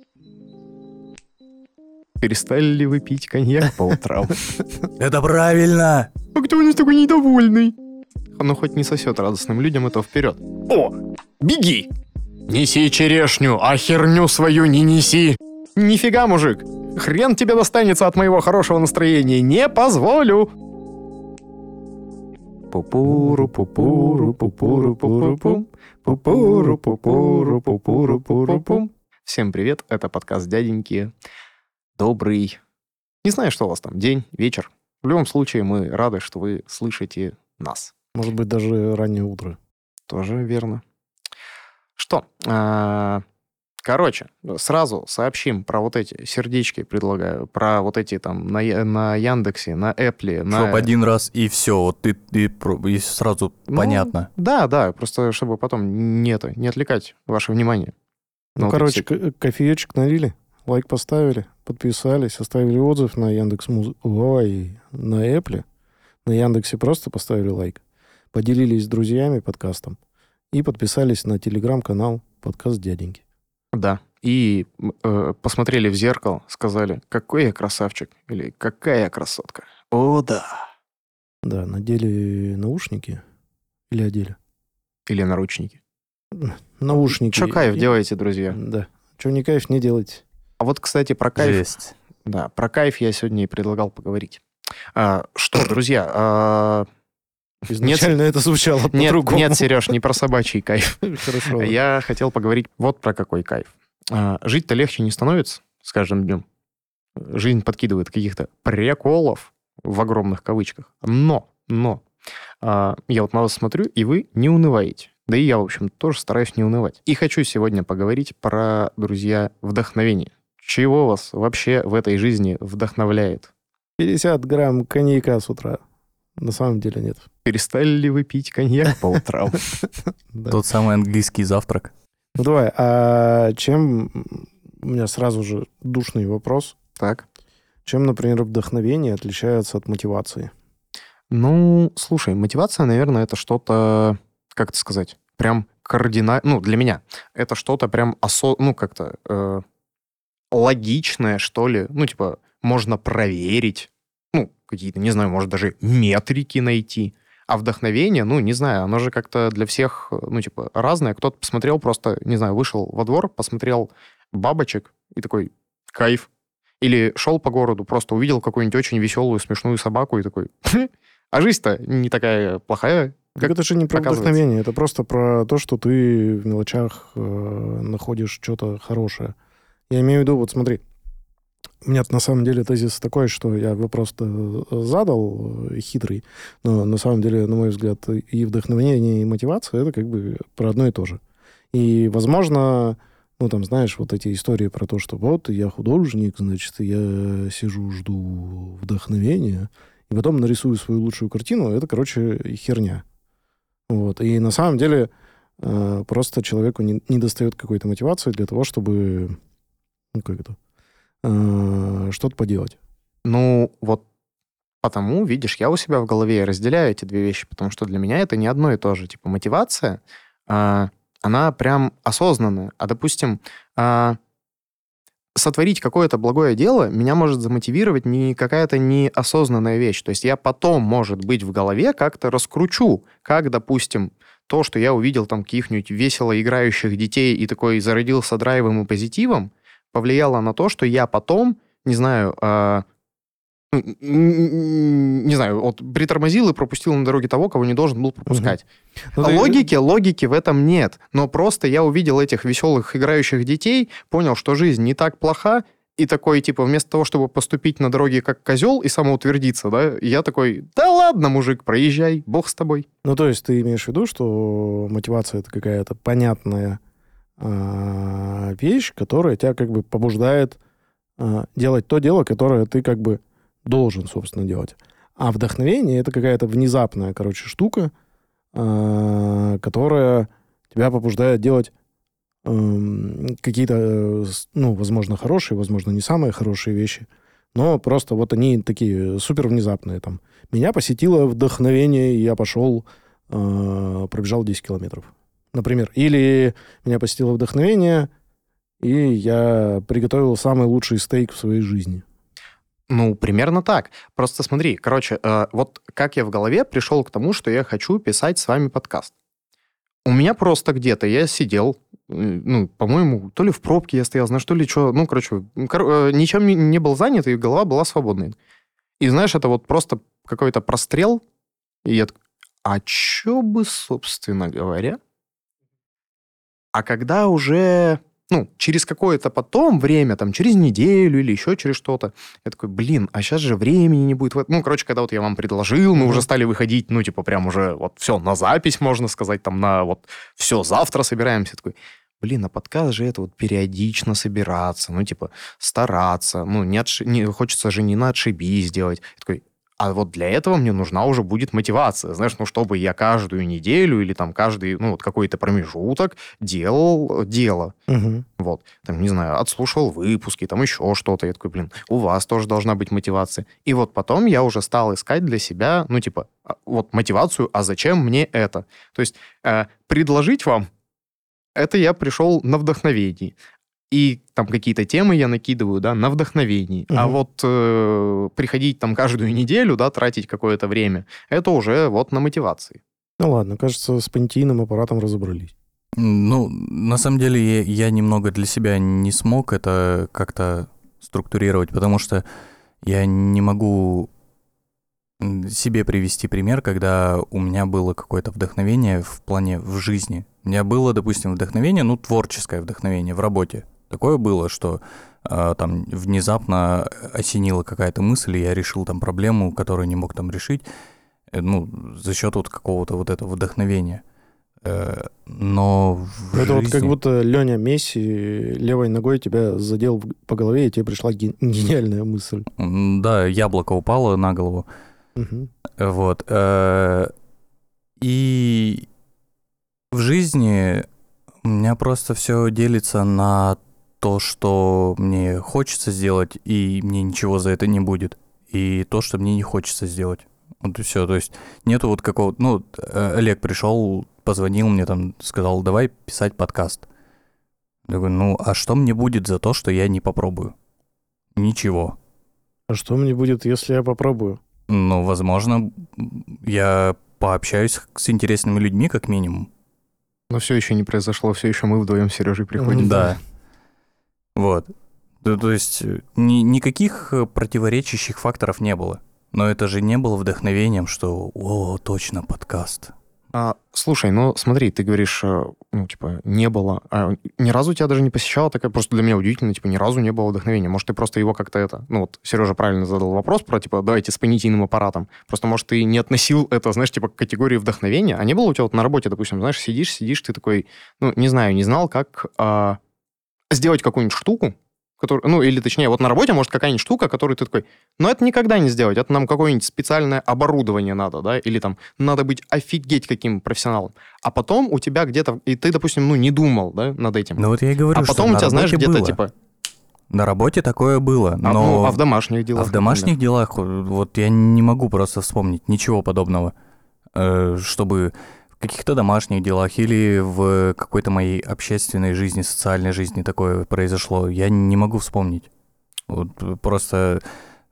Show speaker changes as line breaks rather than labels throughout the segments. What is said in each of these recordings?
Перестали ли вы пить коньяк по утрам?
Это правильно!
А кто у нас такой недовольный? Ну, хоть не сосет радостным людям, это вперед. О, беги! Неси черешню, а херню свою не неси. Нифига, мужик. Хрен тебе достанется от моего хорошего настроения. Не позволю. Пупуру, пупуру, пупуру, пупуру, пупуру, пупуру, пупуру, пупуру. Всем привет, это подкаст «Дяденьки». Добрый, не знаю, что у вас там, день, вечер. В любом случае, мы рады, что вы слышите нас.
Может быть, даже раннее утро.
Тоже верно. Что? Короче, сразу сообщим про вот эти сердечки, предлагаю, про вот эти там на Яндексе, на Apple.
Чтоб один раз и все, вот и сразу понятно.
Да, просто чтобы потом не отвлекать ваше внимание.
Ну, короче, кофеечек налили, лайк поставили, подписались, оставили отзыв на Яндекс.Музыке, на Apple, на Яндексе просто поставили лайк, поделились с друзьями подкастом и подписались на телеграм-канал «Подкаст Дяденьки».
Да, и посмотрели в зеркало, сказали, какой я красавчик или какая я красотка. О, да.
Да, надели наушники или одели?
Или наручники.
Наушники.
Что кайф делаете, друзья?
Да. Что не кайф, не делайте.
А вот, кстати, про кайф.
Жесть.
Да, про кайф я сегодня и предлагал поговорить. Что, друзья...
Изначально это звучало по-другому.
Нет, Сереж, не про собачий кайф.
Хорошо.
Я хотел поговорить вот про какой кайф. Жить-то легче не становится с каждым днем. Жизнь подкидывает каких-то приколов, в огромных кавычках. Но, я вот на вас смотрю, и вы не унываете. Да и я, в общем, тоже стараюсь не унывать. И хочу сегодня поговорить про, друзья, вдохновение. Чего вас вообще в этой жизни вдохновляет?
50 грамм коньяка с утра. На самом деле нет.
Перестали ли вы пить коньяк по утрам?
Тот самый английский завтрак.
Ну давай, а чем... У меня сразу же душный вопрос.
Так.
Чем, например, вдохновение отличается от мотивации?
Ну, слушай, мотивация, наверное, это что-то, как это сказать, прям кардинально... Ну, для меня это что-то прям как-то логичное, что ли. Ну, типа, можно проверить. Ну, какие-то, не знаю, может, даже метрики найти. А вдохновение, ну, не знаю, оно же как-то для всех, ну, типа, разное. Кто-то посмотрел просто, не знаю, вышел во двор, посмотрел бабочек и такой, кайф. Или шел по городу, просто увидел какую-нибудь очень веселую, смешную собаку и такой, а жизнь-то не такая плохая.
Так это же не про вдохновение, это просто про то, что ты в мелочах находишь что-то хорошее. Я имею в виду, вот смотри, у меня на самом деле тезис такой, что я вопрос-то задал хитрый, но на самом деле, на мой взгляд, и вдохновение, и мотивация — это как бы про одно и то же. И, возможно, ну, там, знаешь, вот эти истории про то, что вот я художник, значит, я сижу, жду вдохновения, и потом нарисую свою лучшую картину, это, короче, херня. Вот. И на самом деле просто человеку не достает какой-то мотивации для того, чтобы, ну, как это, что-то поделать.
Ну, вот потому, видишь, я у себя в голове разделяю эти две вещи, потому что для меня это не одно и то же. Типа мотивация, она прям осознанная. А, допустим, сотворить какое-то благое дело меня может замотивировать не какая-то неосознанная вещь. То есть я потом, может быть, в голове как-то раскручу, как, допустим, то, что я увидел там каких-нибудь весело играющих детей и такой зародился драйвом и позитивом, повлияло на то, что я потом, не знаю, вот притормозил и пропустил на дороге того, кого не должен был пропускать. Логики в этом нет. Но просто я увидел этих веселых играющих детей, понял, что жизнь не так плоха, и такой, типа, вместо того, чтобы поступить на дороге как козел и самоутвердиться, да, я такой, да ладно, мужик, проезжай, бог с тобой.
Ну, то есть ты имеешь в виду, что мотивация — это какая-то понятная вещь, которая тебя как бы побуждает делать то дело, которое ты как бы должен, собственно, делать. А вдохновение — это какая-то внезапная, короче, штука, которая тебя побуждает делать какие-то, ну, возможно, хорошие, возможно, не самые хорошие вещи, но просто вот они такие супер внезапные. Там. Меня посетило вдохновение, и я пошел, пробежал 10 километров, например. Или меня посетило вдохновение, и я приготовил самый лучший стейк в своей жизни.
Ну, примерно так. Просто смотри, короче, вот как я в голове пришел к тому, что я хочу писать с вами подкаст. У меня просто где-то я сидел, ну, по-моему, то ли в пробке я стоял, знаешь, то ли что, ну, короче, ничем не был занят, и голова была свободной. И знаешь, это вот просто какой-то прострел, и я такой, а что бы, собственно говоря? А когда уже, ну, через какое-то потом время, там, через неделю или еще через что-то, я такой, блин, а сейчас же времени не будет. Ну, короче, когда вот я вам предложил, мы уже стали выходить, ну, типа, прям уже вот все, на запись, можно сказать, там, на вот все, завтра собираемся. Я такой, блин, а подкаст же это вот периодично собираться, ну, типа, стараться, ну, не хочется же не на отшибись делать. Я такой, а вот для этого мне нужна уже будет мотивация, знаешь, ну, чтобы я каждую неделю или там каждый, ну, вот какой-то промежуток делал дело. Вот, там, не знаю, отслушивал выпуски, там еще что-то. Я такой, блин, у вас тоже должна быть мотивация. И вот потом я уже стал искать для себя, ну, типа, вот мотивацию, а зачем мне это? То есть предложить вам, это я пришел на вдохновении. И там какие-то темы я накидываю, да, на вдохновении. А вот приходить там каждую неделю, да, тратить какое-то время, это уже вот на мотивации.
Ну ладно, кажется, с понятийным аппаратом разобрались.
Ну, на самом деле, я немного для себя не смог это как-то структурировать, потому что я не могу себе привести пример, когда у меня было какое-то вдохновение в плане в жизни. У меня было, допустим, вдохновение, ну, творческое вдохновение в работе. Такое было, что там внезапно осенила какая-то мысль, и я решил там проблему, которую не мог там решить, ну, за счет вот какого-то вот этого вдохновения. Но в
это
жизни...
вот как будто Леня Месси левой ногой тебя задел по голове, и тебе пришла гениальная мысль.
Да, яблоко упало на голову. Вот. И в жизни у меня просто все делится на то, что мне хочется сделать, и мне ничего за это не будет, и то, что мне не хочется сделать. Вот и все. То есть нету вот какого-то... Ну, Олег пришел, позвонил мне, там, сказал, давай писать подкаст. Я говорю, ну, а что мне будет за то, что я не попробую? Ничего.
А что мне будет, если я попробую?
Ну, возможно, я пообщаюсь с интересными людьми, как минимум.
Но все еще не произошло, все еще мы вдвоем с Сережей приходим.
Да. Вот. То есть никаких противоречащих факторов не было. Но это же не было вдохновением, что «О, точно, подкаст».
Слушай, ну смотри, ты говоришь, ну, типа, не было. Ни разу тебя даже не посещала такая, просто для меня удивительно, типа, ни разу не было вдохновения. Может, ты просто его как-то это... Ну, вот Сережа правильно задал вопрос про, типа, давайте с понятийным аппаратом. Просто, может, ты не относил это, знаешь, типа, к категории вдохновения. А не было у тебя вот на работе, допустим, знаешь, сидишь, ты такой, ну, не знаю, не знал, как сделать какую-нибудь штуку, который, ну, или точнее, вот на работе, может, какая-нибудь штука, которую ты такой, но это никогда не сделать, это нам какое-нибудь специальное оборудование надо, да, или там надо быть офигеть каким профессионалом. А потом у тебя где-то, и ты, допустим, ну, не думал, да, над этим.
Ну, вот я и говорю,
а потом у тебя, знаешь, где-то,
было.
типа...
На работе такое было, но...
А в домашних делах?
А в домашних делах, вот я не могу просто вспомнить ничего подобного, чтобы... В каких-то домашних делах или в какой-то моей общественной жизни, социальной жизни такое произошло, я не могу вспомнить. Вот просто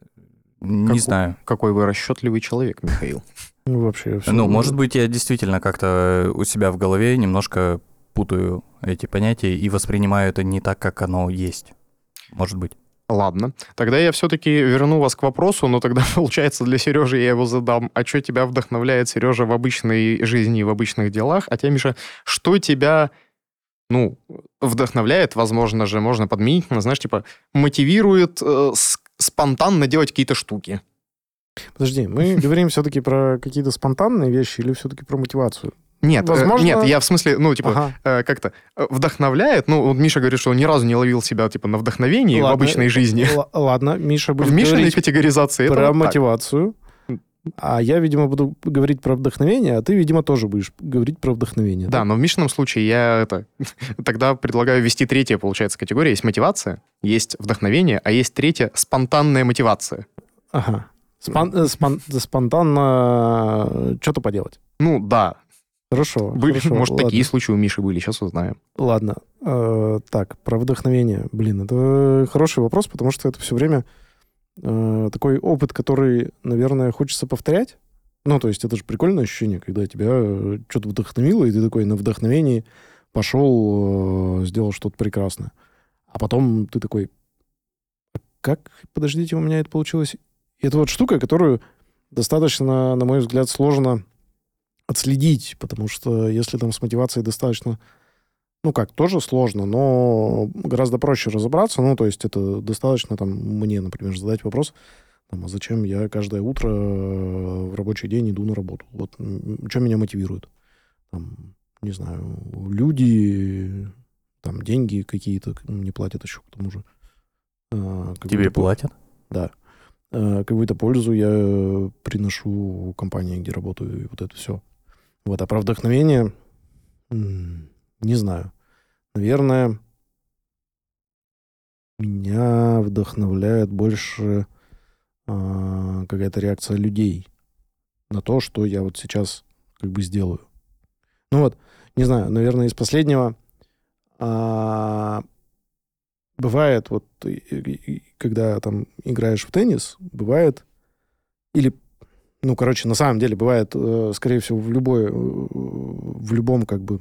не знаю.
Какой вы расчетливый человек, Михаил.
Ну, вообще все.
Ну, может быть, я действительно как-то у себя в голове немножко путаю эти понятия и воспринимаю это не так, как оно есть. Может быть.
Ладно. Тогда я все-таки верну вас к вопросу, но тогда, получается, для Сережи я его задам. А что тебя вдохновляет, Сережа, в обычной жизни и в обычных делах? А тебя, Миша, что тебя, ну, вдохновляет, возможно же, можно подменить, знаешь, типа, мотивирует спонтанно делать какие-то штуки?
Подожди, мы говорим все-таки про какие-то спонтанные вещи или все-таки про мотивацию?
Нет,
возможно...
нет, я в смысле, ну, типа, как-то вдохновляет. Ну, вот Миша говорит, что он ни разу не ловил себя, типа, на вдохновении в обычной жизни.
Ладно, Миша будет
в Мишиной
говорить
категоризации
про
это
мотивацию, а я, видимо, буду говорить про вдохновение, а ты, видимо, тоже будешь говорить про вдохновение.
Да, но в Мишином случае я тогда предлагаю ввести третья, получается, категория. Есть мотивация, есть вдохновение, а есть третья спонтанная мотивация.
Ага. Спонтанно что-то поделать.
Ну, да.
Хорошо.
Были,
хорошо,
может,
ладно.
такие случаи у Миши были, сейчас узнаем.
Ладно. Так, про вдохновение. Блин, это хороший вопрос, потому что это все время такой опыт, который, наверное, хочется повторять. Ну, то есть это же прикольное ощущение, когда тебя что-то вдохновило, и ты такой на вдохновении пошел, сделал что-то прекрасное. А потом ты такой, как, подождите, у меня это получилось? И это вот штука, которую достаточно, на мой взгляд, сложно отследить, потому что если там с мотивацией достаточно, ну как, тоже сложно, но гораздо проще разобраться. Ну, то есть это достаточно там мне, например, задать вопрос, там, а зачем я каждое утро в рабочий день иду на работу? Вот что меня мотивирует? Там, не знаю, люди, там, деньги какие-то мне платят еще к тому же.
Тебе платят?
Да. Какую-то пользу я приношу компании, где работаю, и вот это все. Вот, а про вдохновение, не знаю. Наверное, меня вдохновляет больше какая-то реакция людей на то, что я вот сейчас как бы сделаю. Ну вот, не знаю, наверное, из последнего бывает, вот, когда там играешь в теннис, бывает, или, ну, короче, на самом деле бывает, скорее всего, в любом, как бы,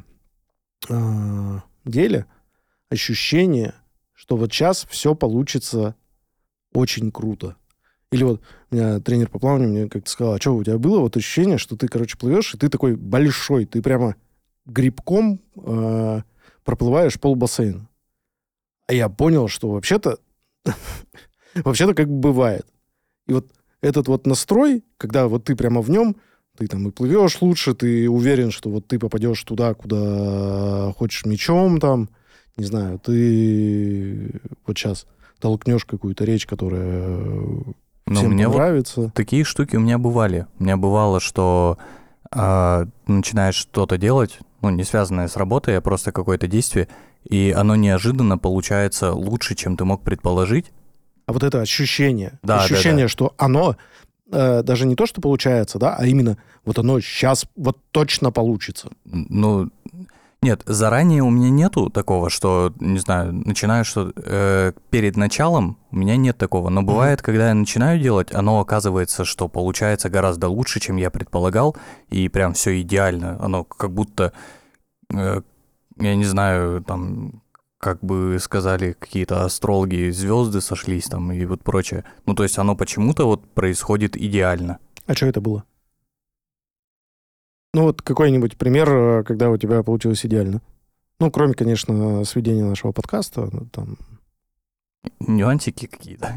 деле ощущение, что вот сейчас все получится очень круто. Или вот у меня тренер по плаванию мне как-то сказал, а что, у тебя было вот ощущение, что ты, короче, плывешь, и ты такой большой, ты прямо грибком проплываешь полбассейна. А я понял, что вообще-то как бы бывает. И вот этот вот настрой, когда вот ты прямо в нем, ты там и плывешь лучше, ты уверен, что вот ты попадешь туда, куда хочешь мячом там, не знаю, ты вот сейчас толкнешь какую-то речь, которая всем понравится.
Вот такие штуки у меня бывали. У меня бывало, что начинаешь что-то делать, ну, не связанное с работой, а просто какое-то действие, и оно неожиданно получается лучше, чем ты мог предположить.
А вот это ощущение,
да.
Что оно даже не то, что получается, да, а именно вот оно сейчас вот точно получится.
Ну, нет, заранее у меня нету такого, что, не знаю, начинаю что перед началом, у меня нет такого. Но бывает, когда я начинаю делать, оно оказывается, что получается гораздо лучше, чем я предполагал, и прям все идеально. Оно как будто, я не знаю, там, как бы сказали какие-то астрологи, звезды сошлись там и вот прочее. Ну, то есть оно почему-то вот происходит идеально.
А что это было? Ну, вот какой-нибудь пример, когда у тебя получилось идеально. Ну, кроме, конечно, сведения нашего подкаста. Там...
Нюансики какие-то.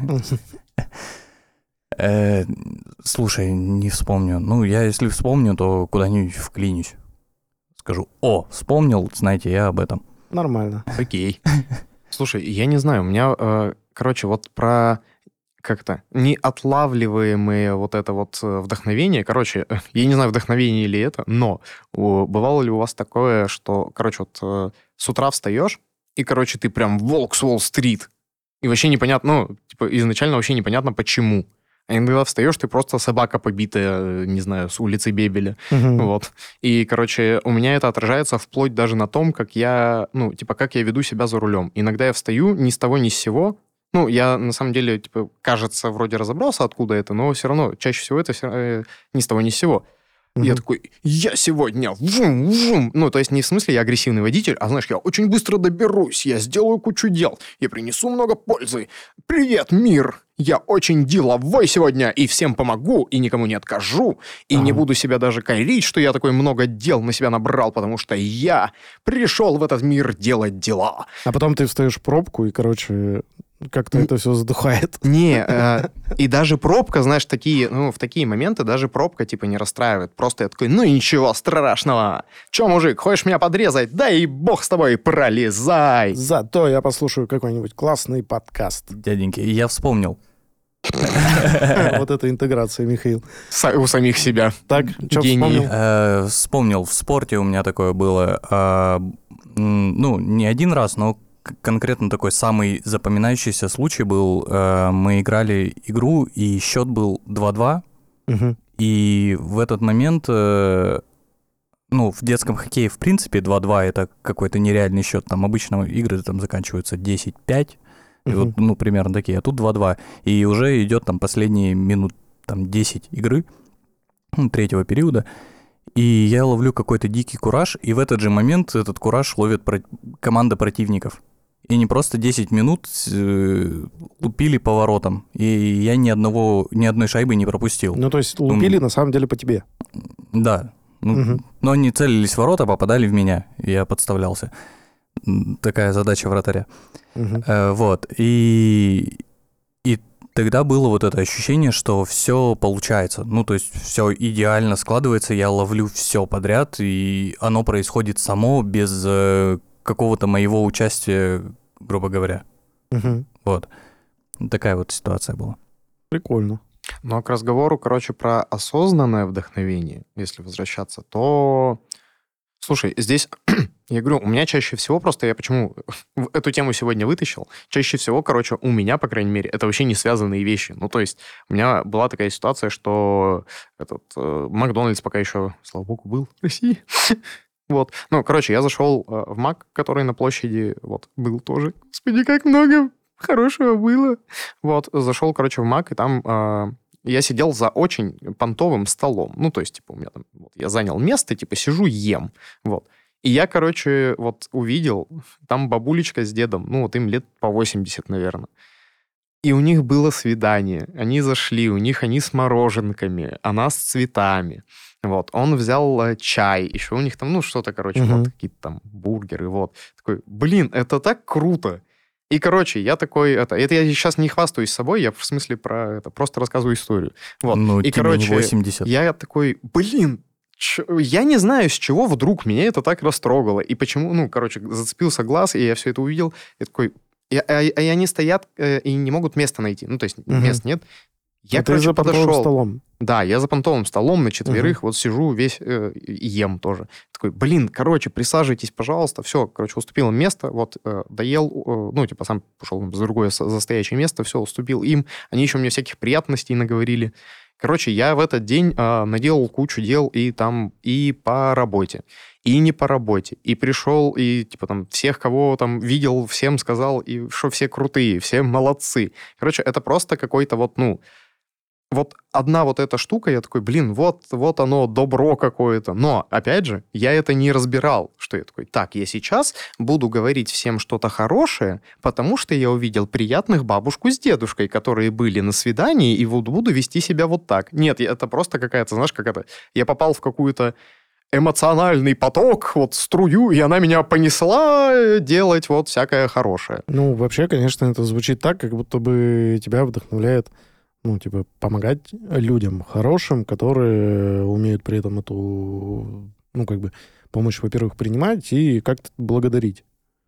Слушай, не вспомню. Ну, я если вспомню, то куда-нибудь вклинюсь. Скажу, вспомнил, знаете, я об этом.
Нормально.
Окей. Слушай, я не знаю, у меня, короче, вот про как-то неотлавливаемое вот это вот вдохновение. Короче, я не знаю, вдохновение ли это, но бывало ли у вас такое, что, короче, вот с утра встаешь, и, короче, ты прям волк с Уолл-стрит, и вообще непонятно, ну, типа, изначально вообще непонятно, почему. А иногда встаешь, ты просто собака побитая, не знаю, с улицы Бебеля. Вот. И, короче, у меня это отражается вплоть даже на том, как я, ну, типа, как я веду себя за рулем. Иногда я встаю ни с того ни с сего. Ну, я, на самом деле, типа, кажется, вроде разобрался, откуда это, но все равно, чаще всего это ни с того ни с сего. Я такой, я сегодня вум-вум. Ну, то есть не в смысле я агрессивный водитель, а, знаешь, я очень быстро доберусь, я сделаю кучу дел, я принесу много пользы. Привет, мир! Я очень деловой сегодня, и всем помогу, и никому не откажу, и не буду себя даже корить, что я такой много дел на себя набрал, потому что я пришел в этот мир делать дела.
А потом ты встаешь в пробку, и, короче... Как-то это все задухает.
Не, и даже пробка, знаешь, в такие моменты даже пробка, типа, не расстраивает. Просто я такой, ну ничего страшного. Че, мужик, хочешь меня подрезать? Да и бог с тобой, пролезай.
Зато я послушаю какой-нибудь классный подкаст.
Дяденьки, я вспомнил.
Вот это интеграция, Михаил.
У самих себя.
Так, что вспомнил?
Вспомнил, в спорте у меня такое было. Ну, не один раз, но конкретно такой самый запоминающийся случай был. Мы играли игру, и счет был 2-2. И в этот момент ну, в детском хоккее, в принципе, 2-2 это какой-то нереальный счет. Там обычно игры там заканчиваются 10-5, и вот, ну, примерно такие. А тут 2-2. И уже идет там последние минут там 10 игры, третьего периода. И я ловлю какой-то дикий кураж, и в этот же момент этот кураж ловит команда противников. И не просто 10 минут лупили по воротам, и я ни одной шайбы не пропустил.
Ну, то есть лупили на самом деле по тебе?
Да. Но они целились в ворота, попадали в меня, и я подставлялся. Такая задача вратаря. Вот. И тогда было вот это ощущение, что все получается. Ну, то есть все идеально складывается, я ловлю все подряд, и оно происходит само, без какого-то моего участия, грубо говоря. Вот. Такая вот ситуация была.
Прикольно.
Ну, а к разговору, короче, про осознанное вдохновение, если возвращаться, то... Слушай, здесь, я говорю, у меня чаще всего просто, я почему эту тему сегодня вытащил, чаще всего, короче, у меня, по крайней мере, это вообще не связанные вещи. Ну, то есть у меня была такая ситуация, что Макдональдс пока еще, слава богу, был в России. Вот. Ну, короче, я зашел в Мак, который на площади, вот, был тоже. Господи, как много хорошего было. Вот, зашел, короче, в Мак, и там... я сидел за очень понтовым столом. Ну, то есть, типа, у меня там... Вот, я занял место, типа, сижу, ем. Вот. И я, короче, вот увидел, там бабулечка с дедом, ну, вот им лет по 80, наверное. И у них было свидание. Они зашли, у них они с мороженками, она с цветами. Вот. Он взял чай, еще у них там, ну, что-то, короче, вот, какие-то там бургеры, вот. Такой, блин, это так круто. И, короче, я такой, это я сейчас не хвастаюсь собой, я в смысле про это, просто рассказываю историю. Вот.
Ну,
и,
тебе
короче,
не 80.
я такой, блин, я не знаю, с чего вдруг меня это так растрогало. И почему, ну, короче, зацепился глаз, и я все это увидел. И такой, и они стоят и не могут места найти. Ну, то есть мест нет. Я, короче,
за понтовым столом.
Да, я за понтовым столом на четверых вот сижу весь и ем тоже. Такой, блин, короче, присаживайтесь, пожалуйста. Все, короче, уступил им место, вот, доел, ну, типа, сам пошел в другое застоящее место, все, уступил им. Они еще мне всяких приятностей наговорили. Короче, я в этот день наделал кучу дел и там, и по работе, и не по работе. И пришел, и, типа, там, всех, кого там видел, всем сказал, и что все крутые, все молодцы. Короче, это просто какой-то вот, ну, вот одна вот эта штука, я такой, блин, вот оно, добро какое-то. Но, опять же, я это не разбирал, что я такой, так, я сейчас буду говорить всем что-то хорошее, потому что я увидел приятных бабушку с дедушкой, которые были на свидании, и вот буду вести себя вот так. Нет, это просто какая-то, знаешь, как это, я попал в какую-то эмоциональный поток, вот струю, и она меня понесла делать вот всякое хорошее.
Ну, вообще, конечно, это звучит так, как будто бы тебя вдохновляет, ну, типа, помогать людям хорошим, которые умеют при этом эту, ну, как бы, помощь, во-первых, принимать и как-то благодарить.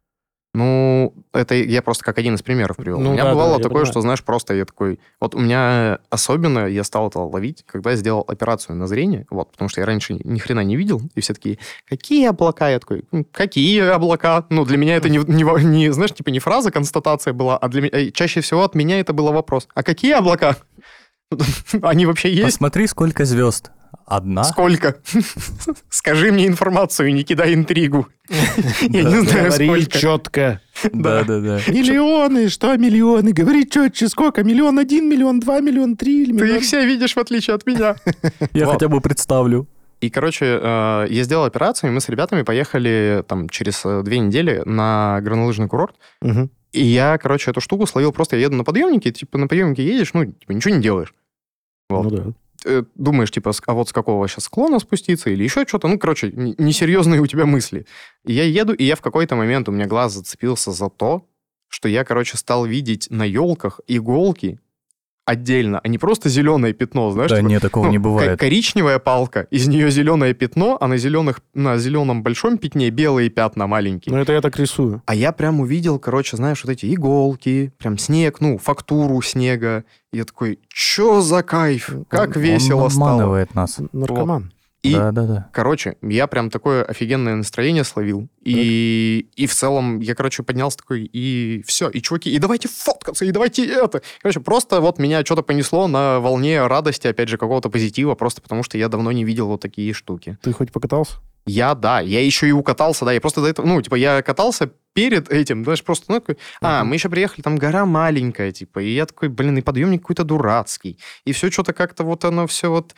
Ну, это я просто как один из примеров привел.
Ну,
у меня
да,
бывало
да,
такое, что, знаешь, просто я такой... Вот у меня особенно я стал это ловить, когда я сделал операцию на зрение, вот, потому что я раньше ни хрена не видел, и все такие, какие облака? Я такой, какие облака? Ну, для меня это не знаешь, типа не фраза, констатация была, а для меня чаще всего от меня это был вопрос. А какие облака? Они вообще есть?
Посмотри, сколько звезд. Одна?
Сколько? Скажи мне информацию, не кидай интригу. Я не знаю,
Говори
сколько.
четко.
Да.
Миллионы, что миллионы? Говори четче, сколько? 1 000 000, 1 миллион, 2 миллиона, 3
Ты
миллиона.
их все видишь, в отличие от меня.
Я
Вот.
хотя бы представлю.
И, короче, я сделал операцию, и мы с ребятами поехали там через 2 недели на горнолыжный курорт.
Мгм.
И я, короче, эту штуку словил просто, я еду на подъемнике, и, типа, на подъемнике едешь, ну, типа, ничего не делаешь. Вот.
Ну да.
Думаешь, типа, а вот с какого сейчас склона спуститься или еще что-то. Ну, короче, несерьезные у тебя мысли. И я еду, и я в какой-то момент, у меня глаз зацепился за то, что я, короче, стал видеть на елках иголки отдельно, а не просто зеленое пятно, знаешь?
Да,
типа,
нет, такого не бывает.
Коричневая палка, из нее зеленое пятно, а на зеленом большом пятне белые пятна маленькие.
Ну это я так рисую.
А я прям увидел, короче, знаешь, вот эти иголки, прям снег, ну, фактуру снега. И я такой, чё за кайф? Как весело
Он
стало.
обманывает нас.
Наркоман.
И,
Да.
короче, я прям такое офигенное настроение словил. И в целом я, короче, поднялся такой, и все. И, чуваки, и давайте фоткаться, и давайте это. Короче, просто вот меня что-то понесло на волне радости, опять же, какого-то позитива, просто потому что я давно не видел вот такие штуки.
Ты хоть покатался?
Я еще и укатался, да, я просто до этого, ну, типа, я катался перед этим, знаешь, просто, ну, такой, мы еще приехали, там гора маленькая, типа, и я такой, блин, и подъемник какой-то дурацкий, и все что-то как-то вот оно все вот...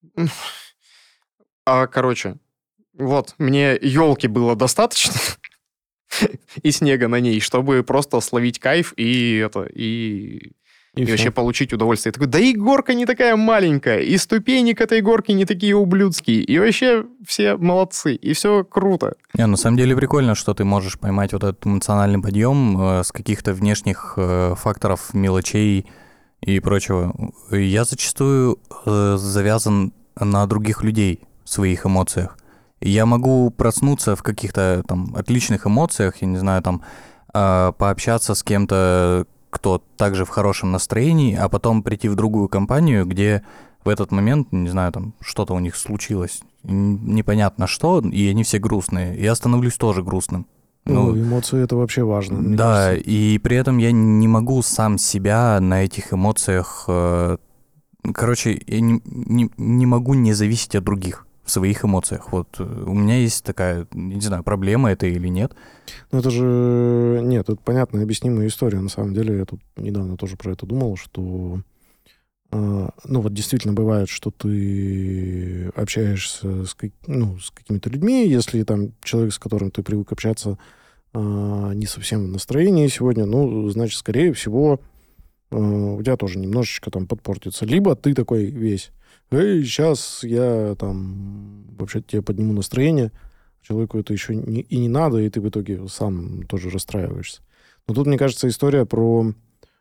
короче, вот, мне елки было достаточно и снега на ней, чтобы просто словить кайф и вообще получить удовольствие. Я такой, да и горка не такая маленькая, и ступени к этой горке не такие ублюдские, и вообще все молодцы, и все круто.
На самом деле прикольно, что ты можешь поймать вот этот эмоциональный подъем с каких-то внешних факторов, мелочей и прочего. Я зачастую завязан на других людей в своих эмоциях. Я могу проснуться в каких-то там отличных эмоциях, я не знаю, там пообщаться с кем-то, кто также в хорошем настроении, а потом прийти в другую компанию, где в этот момент, не знаю, там что-то у них случилось, непонятно что, и они все грустные. Я становлюсь тоже грустным.
Эмоции — это вообще важно.
Да, и при этом я не могу сам себя на этих эмоциях... Короче, я не могу не зависеть от других в своих эмоциях. Вот у меня есть такая, не знаю, проблема это или нет.
Ну, это же... Нет, это понятная, объяснимая история. На самом деле, я тут недавно тоже про это думал, что... вот действительно бывает, что ты общаешься с какими-то людьми, если там человек, с которым ты привык общаться, не совсем в настроении сегодня, значит, скорее всего, у тебя тоже немножечко там подпортится. Либо ты такой весь, сейчас я там вообще тебе подниму настроение, человеку это еще и не надо, и ты в итоге сам тоже расстраиваешься. Но тут, мне кажется, история про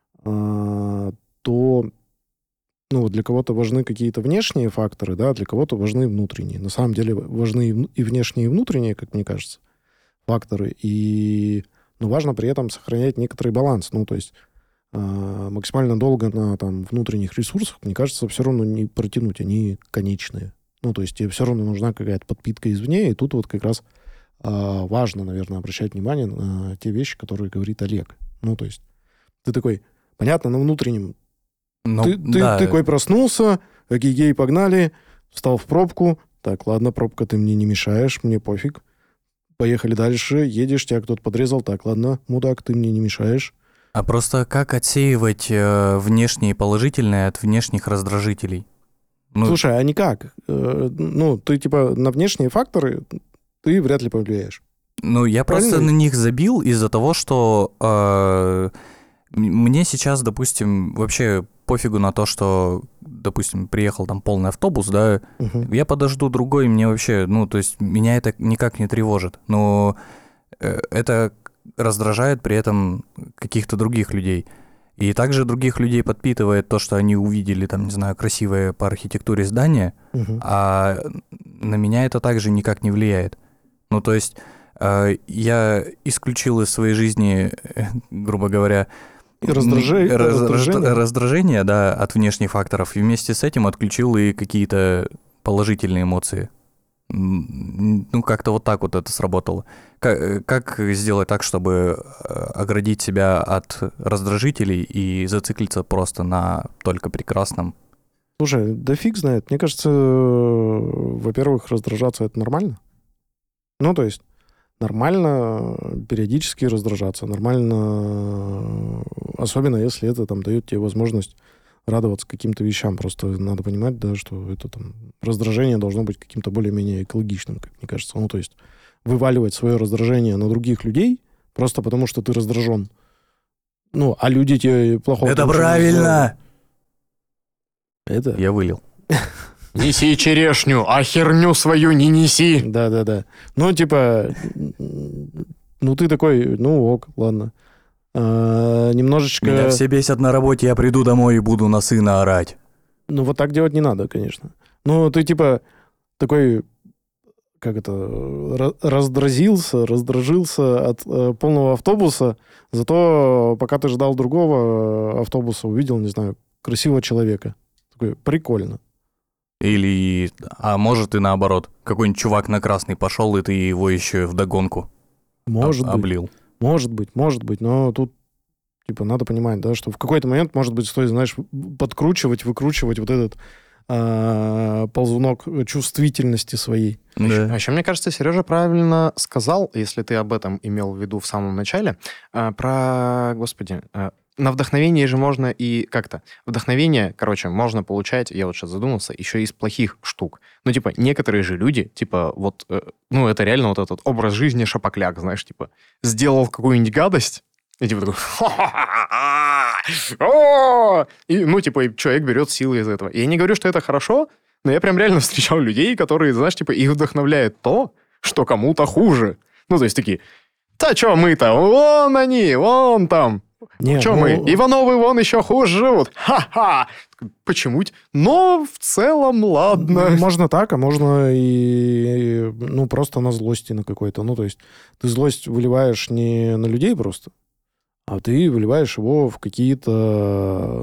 для кого-то важны какие-то внешние факторы, да, для кого-то важны внутренние. На самом деле важны и внешние, и внутренние, как мне кажется, факторы. Но важно при этом сохранять некоторый баланс. То есть максимально долго на внутренних ресурсах, мне кажется, все равно не протянуть, они конечные. То есть тебе все равно нужна какая-то подпитка извне, и тут вот как раз важно, наверное, обращать внимание на те вещи, которые говорит Олег. То есть ты такой, понятно, на внутреннем ты такой проснулся, гей, погнали, встал в пробку, так, ладно, пробка, ты мне не мешаешь, мне пофиг, поехали дальше, едешь, тебя кто-то подрезал, так, ладно, мудак, ты мне не мешаешь.
А просто как отсеивать внешние положительные от внешних раздражителей?
Слушай, а никак. Ты типа на внешние факторы ты вряд ли повлияешь.
Я просто на них забил из-за того, что мне сейчас, допустим, вообще пофигу на то, что, допустим, приехал там полный автобус, да, я подожду другой, мне вообще, то есть меня это никак не тревожит. Но это раздражает при этом каких-то других людей. И также других людей подпитывает то, что они увидели, там, не знаю, красивое по архитектуре здание, а на меня это также никак не влияет. То есть я исключил из своей жизни, грубо говоря, раздражение, да, от внешних факторов, и вместе с этим отключил и какие-то положительные эмоции. Как-то вот так вот это сработало. Как сделать так, чтобы оградить себя от раздражителей и зациклиться просто на только прекрасном?
Слушай, да фиг знает. Мне кажется, во-первых, раздражаться — это нормально. То есть нормально периодически раздражаться. Нормально, особенно если это дает тебе возможность радоваться каким-то вещам. Просто надо понимать, да, что это раздражение должно быть каким-то более-менее экологичным, как мне кажется. То есть вываливать свое раздражение на других людей просто потому, что ты раздражен. А люди тебе плохого...
Это правильно!
Это...
Я вылил.
Неси черешню, а херню свою не неси.
Да. Ты такой, ок, ладно. Немножечко...
Меня все бесят на работе, я приду домой и буду на сына орать.
Вот так делать не надо, конечно. Ты такой, раздражился от полного автобуса, зато пока ты ждал другого автобуса, увидел, не знаю, красивого человека. Такой, прикольно.
Или, а может и наоборот, какой-нибудь чувак на красный пошел, и ты его еще вдогонку
Может быть,
облил.
может быть, но тут типа надо понимать, да, что в какой-то момент, может быть, стоит, знаешь, подкручивать, выкручивать вот этот ползунок чувствительности своей.
А еще, мне кажется, Сережа правильно сказал, если ты об этом имел в виду в самом начале, господи, на вдохновение же можно и как-то... Вдохновение, короче, можно получать, я вот сейчас задумался, еще из плохих штук. Ну, типа, некоторые же люди, типа, вот, это реально вот этот образ жизни шапокляк, знаешь, типа, сделал какую-нибудь гадость, и типа такой... И, типа, человек берет силы из этого. Я не говорю, что это хорошо, но я прям реально встречал людей, которые, знаешь, типа, их вдохновляет то, что кому-то хуже. Ну, то есть такие, да что мы-то, вон они, вон там. Че мы? Ивановы вон еще хуже живут. Ха-ха! Почему-то. Но в целом, ладно.
Можно так, а можно и, просто на злости на какой-то. Ну, то есть ты злость выливаешь не на людей просто, а ты выливаешь его в какие-то,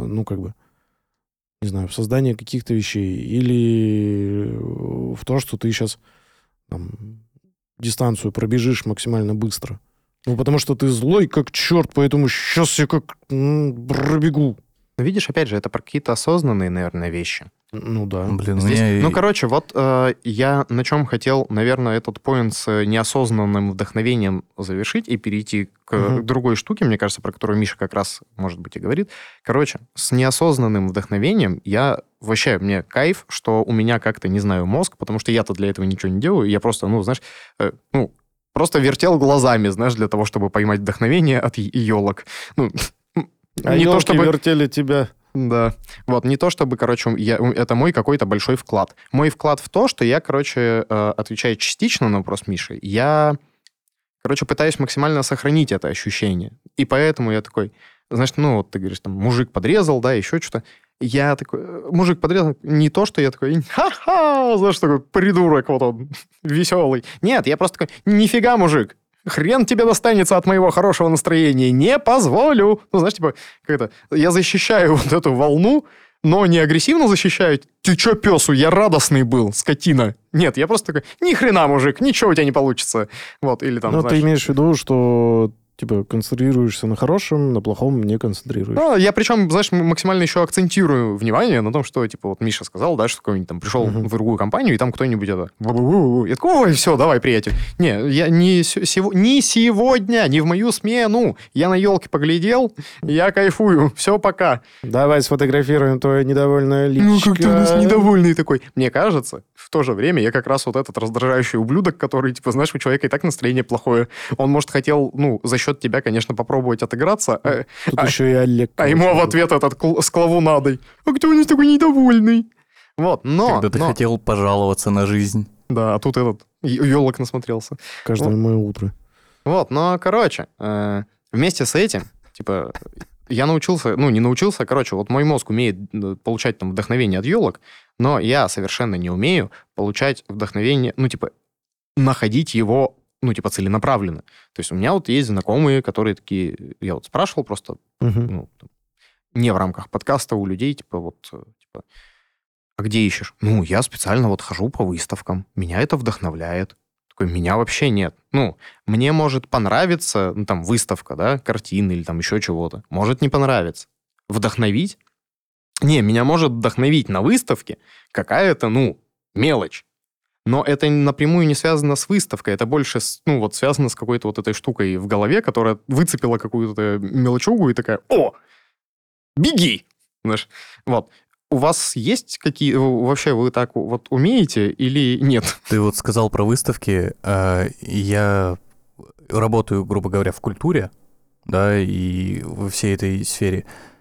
не знаю, в создание каких-то вещей. Или в то, что ты сейчас дистанцию пробежишь максимально быстро. Потому что ты злой как черт, поэтому сейчас я как пробегу.
Но видишь, опять же, это про какие-то осознанные, наверное, вещи.
Ну да.
Блин,
здесь... короче, вот я на чем хотел, наверное, этот поинт с неосознанным вдохновением завершить и перейти к другой штуке, мне кажется, про которую Миша как раз, может быть, и говорит. Короче, с неосознанным вдохновением мне кайф, что у меня как-то, не знаю, мозг, потому что я-то для этого ничего не делаю, я просто, просто вертел глазами, знаешь, для того, чтобы поймать вдохновение от елок.
Не то, чтобы вертели тебя.
Да. Вот, не то, чтобы, короче, это мой какой-то большой вклад. Мой вклад в то, что я, отвечая частично на вопрос Миши, я, пытаюсь максимально сохранить это ощущение. И поэтому я такой, знаешь, ты говоришь, там, мужик подрезал, да, еще что-то. Я такой, мужик подрезал, не то, что я такой, ха-ха, знаешь, такой придурок вот он, веселый. Нет, я просто такой, нифига, мужик, хрен тебе достанется от моего хорошего настроения, не позволю. Знаешь, типа, я защищаю вот эту волну, но не агрессивно защищаю. Ты че, песу, я радостный был, скотина. Нет, я просто такой, ни хрена, мужик, ничего у тебя не получится. Вот, или там,
ты имеешь в виду, что... концентрируешься на хорошем, на плохом не концентрируешься.
Я причем, знаешь, максимально еще акцентирую внимание на том, что, вот Миша сказал, да, что какой-нибудь там пришел в другую компанию, и там кто-нибудь я такой, ой, все, давай, приятель. Не, я не сегодня, не в мою смену. Я на елке поглядел, я кайфую. Все, пока.
Давай сфотографируем твое недовольное личико.
Как ты у нас недовольный такой. Мне кажется, в то же время я как раз вот этот раздражающий ублюдок, который, знаешь, у человека и так настроение плохое. Он, может, хотел, за счет тебя, конечно, попробовать отыграться.
Тут еще и Олег.
А ему в ответ этот с клавунадой. А кто у нас такой недовольный? Вот, но...
Когда ты хотел пожаловаться на жизнь.
Да, а тут этот елок насмотрелся.
Каждое мое утро.
Вот, но, вместе с этим, я научился, не научился, вот мой мозг умеет получать там вдохновение от елок, но я совершенно не умею получать вдохновение, находить его целенаправленно. То есть у меня вот есть знакомые, которые такие... Я вот спрашивал просто, не в рамках подкаста у людей, а где ищешь? Я специально вот хожу по выставкам. Меня это вдохновляет. Такой, меня вообще нет. Мне может понравиться, там, выставка, да, картины или там еще чего-то. Может не понравиться. Вдохновить? Не, меня может вдохновить на выставке какая-то, мелочь. Но это напрямую не связано с выставкой, это больше, связано с какой-то вот этой штукой в голове, которая выцепила какую-то мелочугу и такая, о, беги! Знаешь, вот. У вас есть вообще вы так вот умеете или нет?
Ты вот сказал про выставки, я работаю, грубо говоря, в культуре, да, и во всей этой сфере,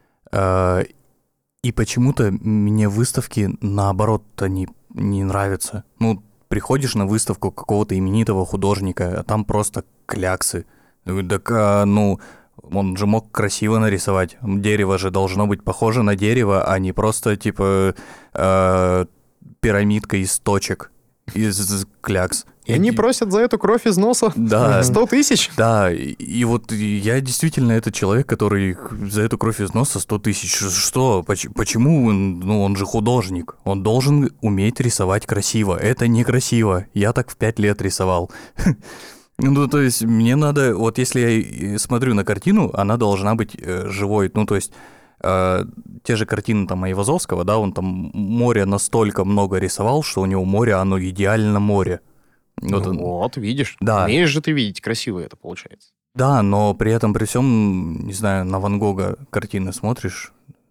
и почему-то мне выставки, наоборот, они не нравятся. Приходишь на выставку какого-то именитого художника, а там просто кляксы. Так, он же мог красиво нарисовать. Дерево же должно быть похоже на дерево, а не просто, пирамидка из точек, из клякс.
И они просят за эту кровь из носа
Да.
100 тысяч?
Да, и вот я действительно этот человек, который за эту кровь из носа 100 тысяч. Что? Почему? Ну, он же художник. Он должен уметь рисовать красиво. Это некрасиво. Я так в 5 лет рисовал. Ну, то есть, мне надо... Вот если я смотрю на картину, она должна быть живой. Ну, то есть, те же картины там Айвазовского, да, он там море настолько много рисовал, что у него море, оно идеально море.
Вот, видишь.
Да.
Умеешь же ты видеть, красиво это получается.
Да, но при этом, при всем, не знаю, на Ван Гога картины смотришь,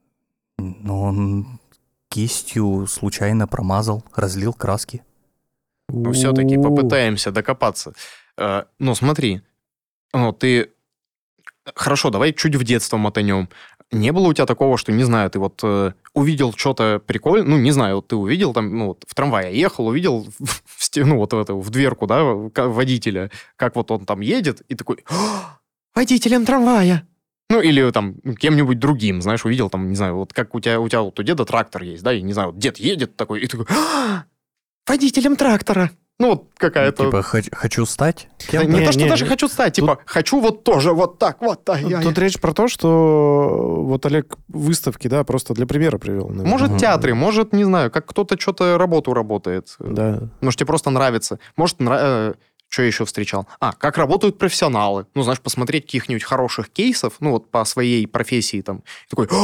но он кистью случайно промазал, разлил краски.
Но все-таки попытаемся докопаться. Ну, смотри, ты... Хорошо, давай чуть в детство мотанем. Не было у тебя такого, что, не знаю, ты вот увидел что-то прикольное, ну, не знаю, вот ты увидел там, ну, вот в трамвае ехал, увидел в стену, вот в дверку, да, водителя, как вот он там едет, и такой, водителем трамвая. Ну, или там кем-нибудь другим, знаешь, увидел там, не знаю, вот как у тебя вот у деда трактор есть, да, и, не знаю, вот дед едет такой, и такой, водителем трактора. Ну, вот какая-то...
Типа, хочу стать?
Не то, что даже хочу стать, типа, хочу вот тоже вот так вот.
Тут речь про то, что вот Олег выставки, да, просто для примера привел. Наверное.
Может, в театре, может, не знаю, как кто-то что-то работу работает.
Да.
Может, тебе просто нравится. Может, что я еще встречал? Как работают профессионалы. Ну, знаешь, посмотреть каких-нибудь хороших кейсов, ну, вот по своей профессии там. И такой,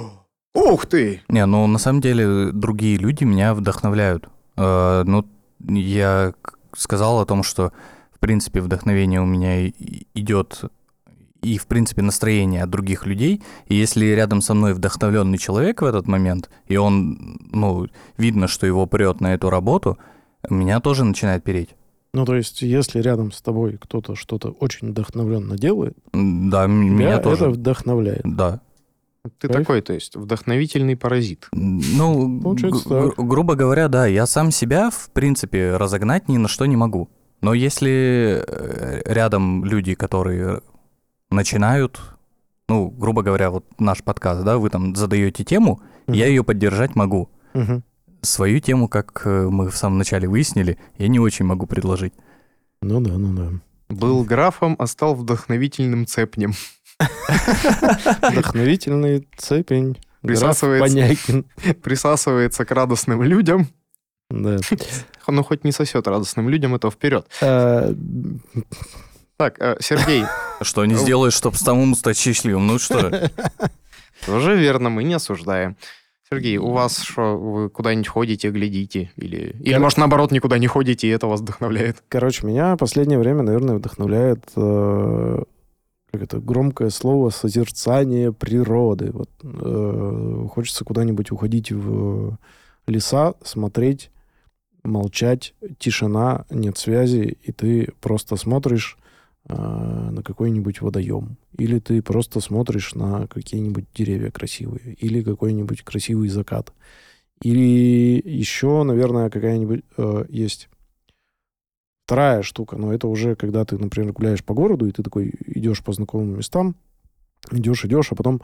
ух ты!
Не, ну, на самом деле, другие люди меня вдохновляют. Ну, я сказал о том, что, в принципе, вдохновение у меня идет и, в принципе, настроение от других людей. И если рядом со мной вдохновленный человек в этот момент, и он, ну, видно, что его прет на эту работу, меня тоже начинает переть.
Ну, то есть, если рядом с тобой кто-то что-то очень вдохновленно делает,
да, меня тоже
это вдохновляет.
Да.
Ты такой, то есть, вдохновительный паразит.
Ну, грубо говоря, да, я сам себя, в принципе, разогнать ни на что не могу. Но если рядом люди, которые начинают, ну, грубо говоря, вот наш подкаст, да, вы там задаете тему, я ее поддержать могу. Свою тему, как мы в самом начале выяснили, я не очень могу предложить.
Ну да.
Был графом, а стал вдохновительным цепнем.
Вдохновительный цепень.
Присасывается к радостным людям.
Да.
Ну, хоть не сосет радостным людям, это вперед. Так, Сергей.
Что не сделаешь, чтобы самому стать счастливым? Ну что?
Тоже верно, мы не осуждаем. Сергей, у вас что, вы куда-нибудь ходите, глядите? Или может, наоборот, никуда не ходите, и это вас вдохновляет?
Короче, меня в последнее время, наверное, вдохновляет... как это громкое слово, созерцание природы. Вот, хочется куда-нибудь уходить в леса, смотреть, молчать, тишина, нет связи, и ты просто смотришь на какой-нибудь водоем. Или ты просто смотришь на какие-нибудь деревья красивые. Или какой-нибудь красивый закат. Или еще, наверное, какая-нибудь есть... Вторая штука, но это уже когда ты, например, гуляешь по городу, и ты такой идешь по знакомым местам, идешь, а потом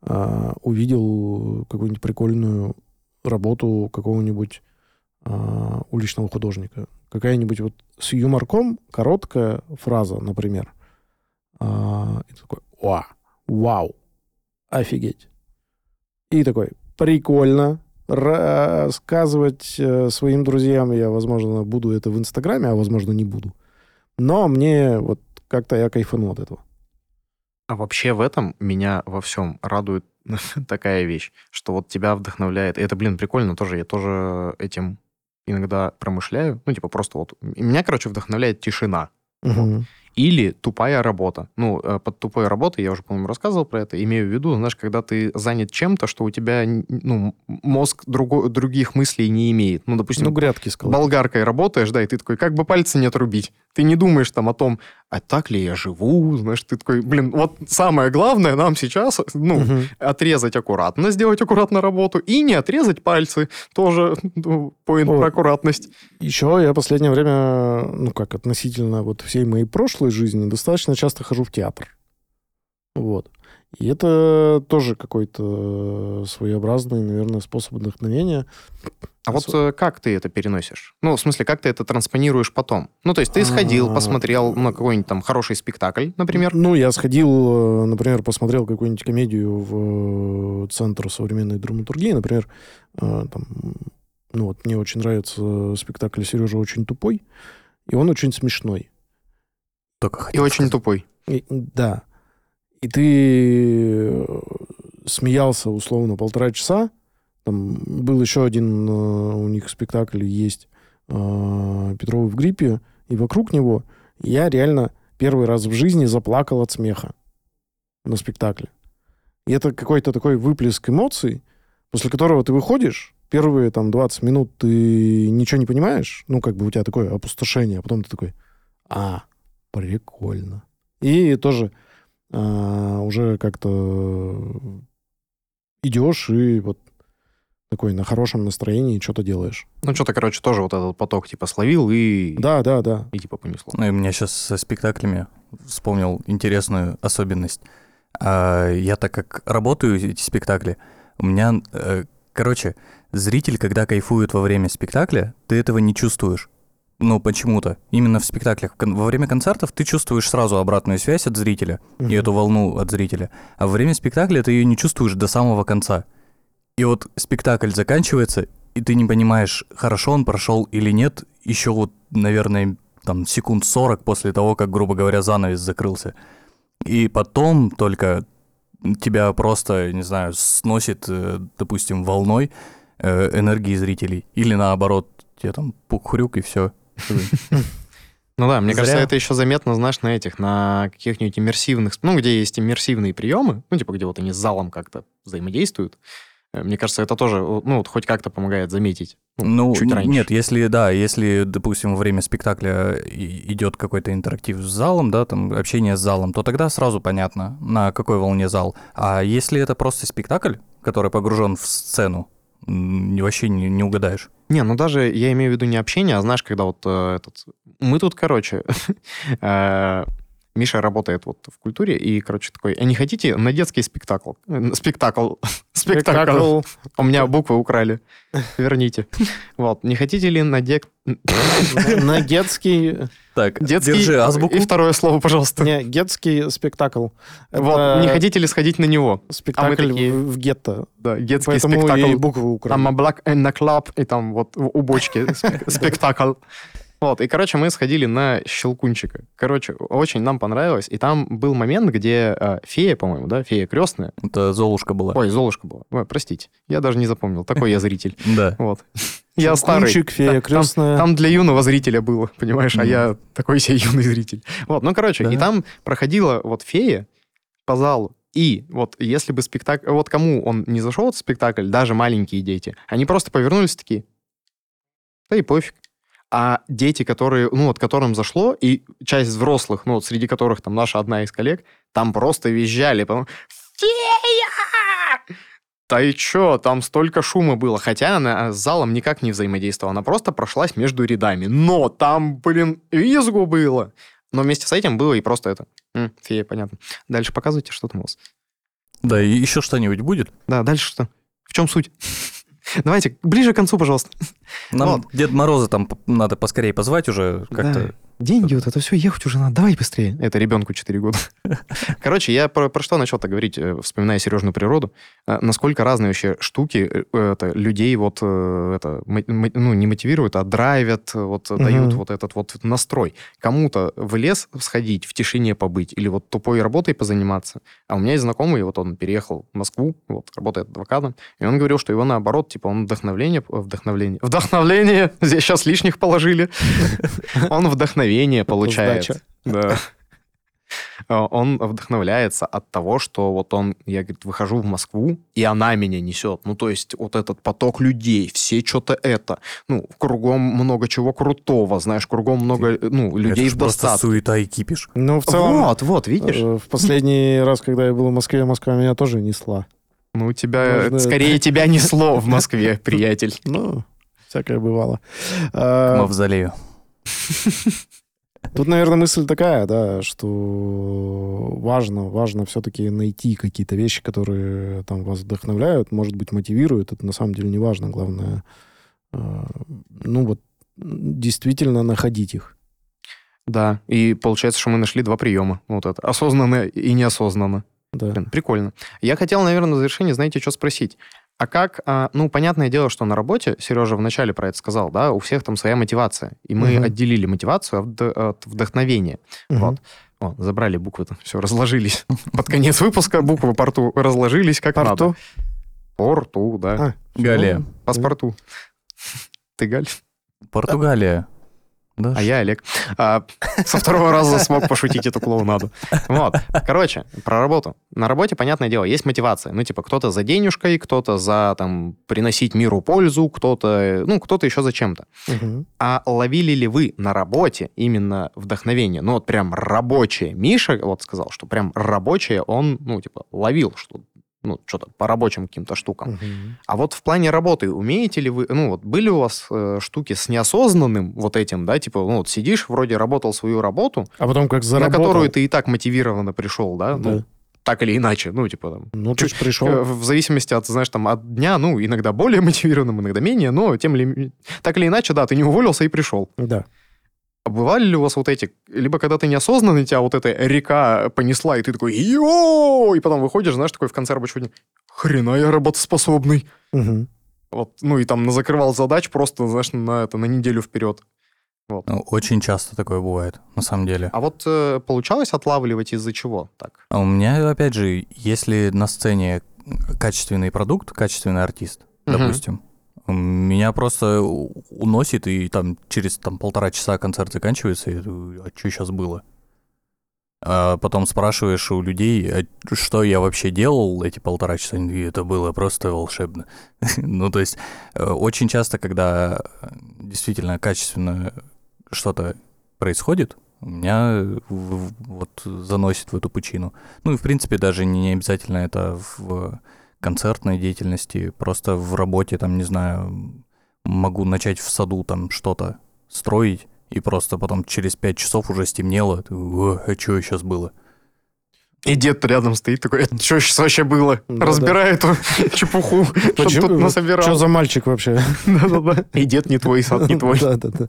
увидел какую-нибудь прикольную работу какого-нибудь уличного художника. Какая-нибудь вот с юморком короткая фраза, например. И ты такой, вау, офигеть. И такой, прикольно. Рассказывать своим друзьям я, возможно, буду это в Инстаграме, а, возможно, не буду. Но мне вот как-то я кайфану от этого.
А вообще в этом меня во всем радует такая вещь, что вот тебя вдохновляет. И это, прикольно тоже. Я тоже этим иногда промышляю. Ну, типа просто вот... Меня, короче, вдохновляет тишина. Или тупая работа. Ну, под тупой работой, я уже, по-моему, рассказывал про это, имею в виду, знаешь, когда ты занят чем-то, что у тебя, ну, мозг других мыслей не имеет. Ну, допустим,
грядки сколотить.
Болгаркой работаешь, да, и ты такой, как бы пальцы не отрубить. Ты не думаешь там о том, а так ли я живу, знаешь, ты такой, вот самое главное нам сейчас, отрезать аккуратно, сделать аккуратно работу, и не отрезать пальцы, тоже поинт про аккуратность.
Еще я в последнее время, относительно вот всей моей прошлой жизни, достаточно часто хожу в театр. Вот. И это тоже какой-то своеобразный, наверное, способ вдохновения.
А вот как ты это переносишь? Ну, в смысле, как ты это транспонируешь потом? Ну, то есть ты сходил, посмотрел на какой-нибудь там хороший спектакль, например?
Ну, я сходил, например, посмотрел какую-нибудь комедию в Центр современной драматургии, например, там, ну, вот мне очень нравится спектакль «Сережа очень тупой», и он очень смешной.
Только
И очень тупой.
Да. И ты смеялся, условно, 1,5 часа. Там был еще один у них спектакль есть «Петровы в гриппе», и вокруг него я реально первый раз в жизни заплакал от смеха на спектакле. И это какой-то такой выплеск эмоций, после которого ты выходишь, первые там 20 минут ты ничего не понимаешь, ну, как бы у тебя такое опустошение, а потом ты такой, прикольно. И тоже уже как-то идешь и вот такой на хорошем настроении что-то делаешь.
Ну, что-то, короче, тоже вот этот поток типа словил и...
Да.
И типа понесло.
Ну, и меня сейчас со спектаклями вспомнил интересную особенность. Я так как работаю эти спектакли, у меня, короче, зритель, когда кайфует во время спектакля, ты этого не чувствуешь. Ну, почему-то. Именно в спектаклях. Во время концертов ты чувствуешь сразу обратную связь от зрителя и эту волну от зрителя. А во время спектакля ты ее не чувствуешь до самого конца. И вот спектакль заканчивается, и ты не понимаешь, хорошо он прошел или нет, еще вот, наверное, там секунд 40 после того, как, грубо говоря, занавес закрылся. И потом только тебя просто, не знаю, сносит, допустим, волной энергии зрителей. Или наоборот, тебе там пук-хрюк и все.
Ну да, мне
Зря.
кажется, это еще заметно, знаешь, на каких-нибудь иммерсивных... Ну, где есть иммерсивные приемы, ну, типа, где вот они с залом как-то взаимодействуют. Мне кажется, это тоже, ну, вот хоть как-то помогает заметить.
Ну,
чуть раньше.
нет, если, допустим, во время спектакля идет какой-то интерактив с залом, да, там, общение с залом, то тогда сразу понятно, на какой волне зал. А если это просто спектакль, который погружен в сцену, вообще не угадаешь.
Не, ну даже я имею в виду не общение, а знаешь, когда вот Мы тут, короче... Миша работает вот в культуре, и, короче, такой, а не хотите на детский спектакль? Спектакль. У меня буквы украли. Верните. Вот. Не хотите ли на
На детский...
Так,
детский...
держи азбуку.
И второе слово, пожалуйста.
Не, детский спектакль.
Вот. Не хотите ли сходить на него?
Спектакль
такие-
в гетто.
Да, детский
Поэтому
спектакль.
и буквы украли.
Там Black and the Club, и там вот у бочки спектакль. Вот, и, короче, мы сходили на Щелкунчика. Короче, очень нам понравилось. И там был момент, где фея, по-моему, да, фея крестная.
Это Золушка была.
Ой, Золушка была. Ой, простите, я даже не запомнил. Такой я зритель.
Да.
Вот. Я старый.
Щелкунчик, фея крестная.
Там для юного зрителя было, понимаешь, а я такой себе юный зритель. Вот, ну, короче, и там проходила вот фея по залу. И вот если бы спектакль... Вот кому он не зашел, этот спектакль, даже маленькие дети, они просто повернулись такие, да и пофиг. А дети, которые, ну, вот которым зашло, и часть взрослых, ну, вот среди которых там наша одна из коллег, там просто визжали, потому «Фея!» Да и чё, там столько шума было. Хотя она с залом никак не взаимодействовала. Она просто прошлась между рядами. Но там, блин, визгу было. Но вместе с этим было и просто это. Фея, понятно. Дальше показывайте, что там у вас.
Да, и еще что-нибудь будет?
Да, дальше что? В чем суть? Давайте, ближе к концу, пожалуйста.
Нам Дед Мороза там надо поскорее позвать уже как-то.
Да. Деньги, вот это все, ехать уже надо. Давай быстрее. Это ребенку 4 года. Короче, я про что начал-то говорить, вспоминая Сережную природу. Насколько разные вообще штуки людей вот не мотивируют, а драйвят, вот дают вот этот вот настрой. Кому-то в лес сходить, в тишине побыть, или вот тупой работой позаниматься. А у меня есть знакомый, вот он переехал в Москву, вот, работает адвокатом, и он говорил, что его наоборот, типа, он вдохновление, здесь сейчас лишних положили. Он вдохновение получает.
Сдача.
Да. Он вдохновляется от того, что вот я, говорит, выхожу в Москву, и она меня несет. Ну, то есть вот этот поток людей, все что-то это. Ну, кругом много чего крутого, знаешь, кругом много, людей в
просто
достатке.
суета и кипиш.
Ну, в целом...
Вот, видишь?
В последний раз, когда я был в Москве, Москва меня тоже несла.
Ну, тебя,
Можно-
скорее тебя несло в Москве, приятель.
Ну, всякое бывало.
К мавзолею.
Тут, наверное, мысль такая, да, что важно все-таки найти какие-то вещи, которые там вас вдохновляют, может быть, мотивируют. Это на самом деле не важно. Главное, действительно находить их.
Да, и получается, что мы нашли 2 приема. Вот это. Осознанно и неосознанно.
Да.
Блин, прикольно. Я хотел, наверное, на завершение, знаете, что спросить. А как, понятное дело, что на работе, Сережа вначале про это сказал, да, у всех там своя мотивация. И мы отделили мотивацию от вдохновения. Вот. О, забрали буквы-то, все, разложились. Под конец выпуска буквы порту разложились как надо. Порту, да.
Галия.
Паспорту. Ты Галь?
Португалия. Да.
А я Олег. Со 2-го раза смог пошутить эту клоунаду. Вот. Короче, про работу. На работе, понятное дело, есть мотивация. Ну, типа, кто-то за денежкой, кто-то за, там, приносить миру пользу, кто-то еще за чем-то. А ловили ли вы на работе именно вдохновение? Ну, вот прям рабочее. Миша вот сказал, что прям рабочее он, ловил, что что-то по рабочим каким-то штукам. А вот в плане работы умеете ли вы... были у вас штуки с неосознанным вот этим, да? Типа, сидишь, вроде работал свою работу,
а потом как заработал.
На которую ты и так мотивированно пришел, да?
Да.
Так или иначе,
ты же пришел.
В зависимости от, знаешь, там, от дня, иногда более мотивированным, иногда менее, но так или иначе, да, ты не уволился и пришел.
Да.
А бывали ли у вас вот эти... Либо когда ты неосознанно, тебя вот эта река понесла, и ты такой «Йоу!» И потом выходишь, знаешь, такой в конце рабочего дня «Хрена я работоспособный!» Вот, и там закрывал задач просто, знаешь, на неделю вперед. Вот.
Очень часто такое бывает, на самом деле.
А вот получалось отлавливать из-за чего так?
А у меня, опять же, если на сцене качественный продукт, качественный артист, допустим, меня просто уносит, и там через 1,5 часа концерт заканчивается, и я думаю, а что сейчас было? А потом спрашиваешь у людей, что я вообще делал эти 1,5 часа, и это было просто волшебно. То есть очень часто, когда действительно качественно что-то происходит, меня вот заносит в эту пучину. И в принципе даже не обязательно это в концертной деятельности, просто в работе, там, не знаю, могу начать в саду там что-то строить, и просто потом через 5 часов уже стемнело. А что сейчас было?
И дед рядом стоит такой, это что сейчас вообще было? Разбирай эту чепуху, что тут насобирал.
Что за мальчик вообще?
Да-да-да. И дед не твой, сад не твой.
Да-да-да.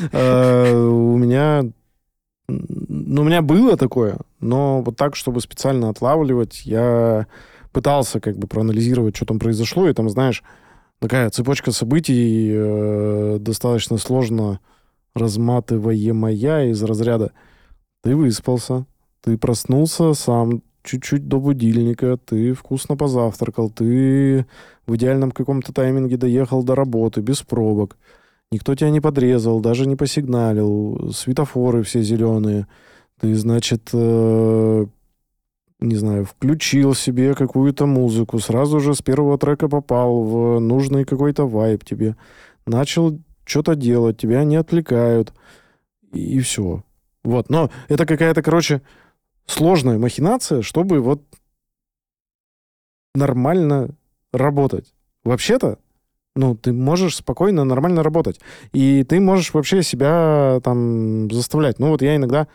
У меня было такое, но вот так, чтобы специально отлавливать, я пытался как бы проанализировать, что там произошло, и там, знаешь, такая цепочка событий достаточно сложно разматываемая из разряда ты выспался, ты проснулся сам чуть-чуть до будильника, ты вкусно позавтракал, ты в идеальном каком-то тайминге доехал до работы без пробок, никто тебя не подрезал, даже не посигналил, светофоры все зеленые, ты, значит... не знаю, включил себе какую-то музыку, сразу же с первого трека попал в нужный какой-то вайб тебе, начал что-то делать, тебя не отвлекают, и все. Вот, но это какая-то, короче, сложная махинация, чтобы вот нормально работать. Вообще-то, ты можешь спокойно, нормально работать. И ты можешь вообще себя там заставлять. Я иногда...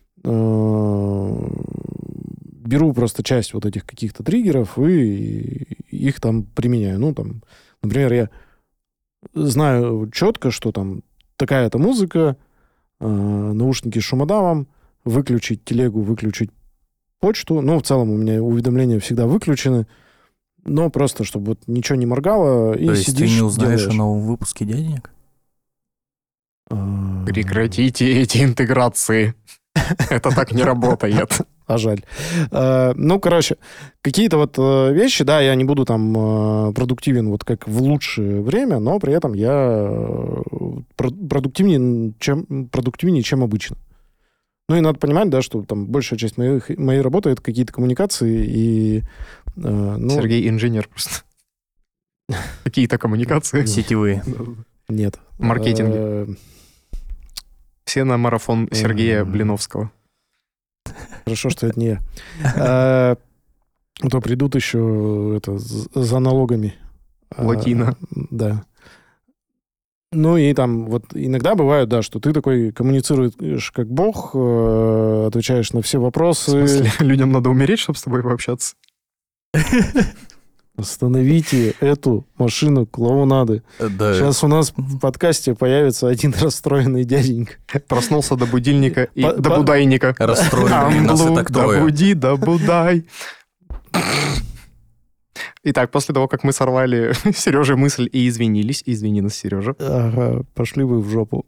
беру просто часть вот этих каких-то триггеров и их там применяю. Например, я знаю четко, что там такая-то музыка, наушники с шумодавом, выключить телегу, выключить почту. В целом у меня уведомления всегда выключены, но просто, чтобы вот ничего не моргало, и
то есть
сидишь,
ты не узнаешь
делаешь.
о новом выпуске «Дяденек»?
Прекратите эти интеграции. Это так не работает.
А жаль. Короче, какие-то вот вещи, да, я не буду там продуктивен вот как в лучшее время, но при этом я продуктивнее, чем обычно. И надо понимать, да, что там большая часть моей работы — это какие-то коммуникации и...
Сергей инженер просто. Какие-то коммуникации.
Сетевые.
Нет.
Маркетинги. Все на марафон Сергея Блиновского.
Хорошо, что это не я. То придут еще за налогами.
Латина.
Да. Ну и там вот иногда бывает, да, что ты такой коммуницируешь как бог, отвечаешь на все
В
вопросы.
смысле, людям надо умереть, чтобы с тобой пообщаться?
Остановите эту машину клоунады.
Да.
Сейчас у нас в подкасте появится один расстроенный дяденька.
Проснулся до будильника и
По-
до
по-
будайника.
Расстроенные нас и так
да
трое.
буди, да будай. Итак, после того, как мы сорвали Сереже мысль и извинились, извини нас, Сережа.
Ага, пошли вы в жопу.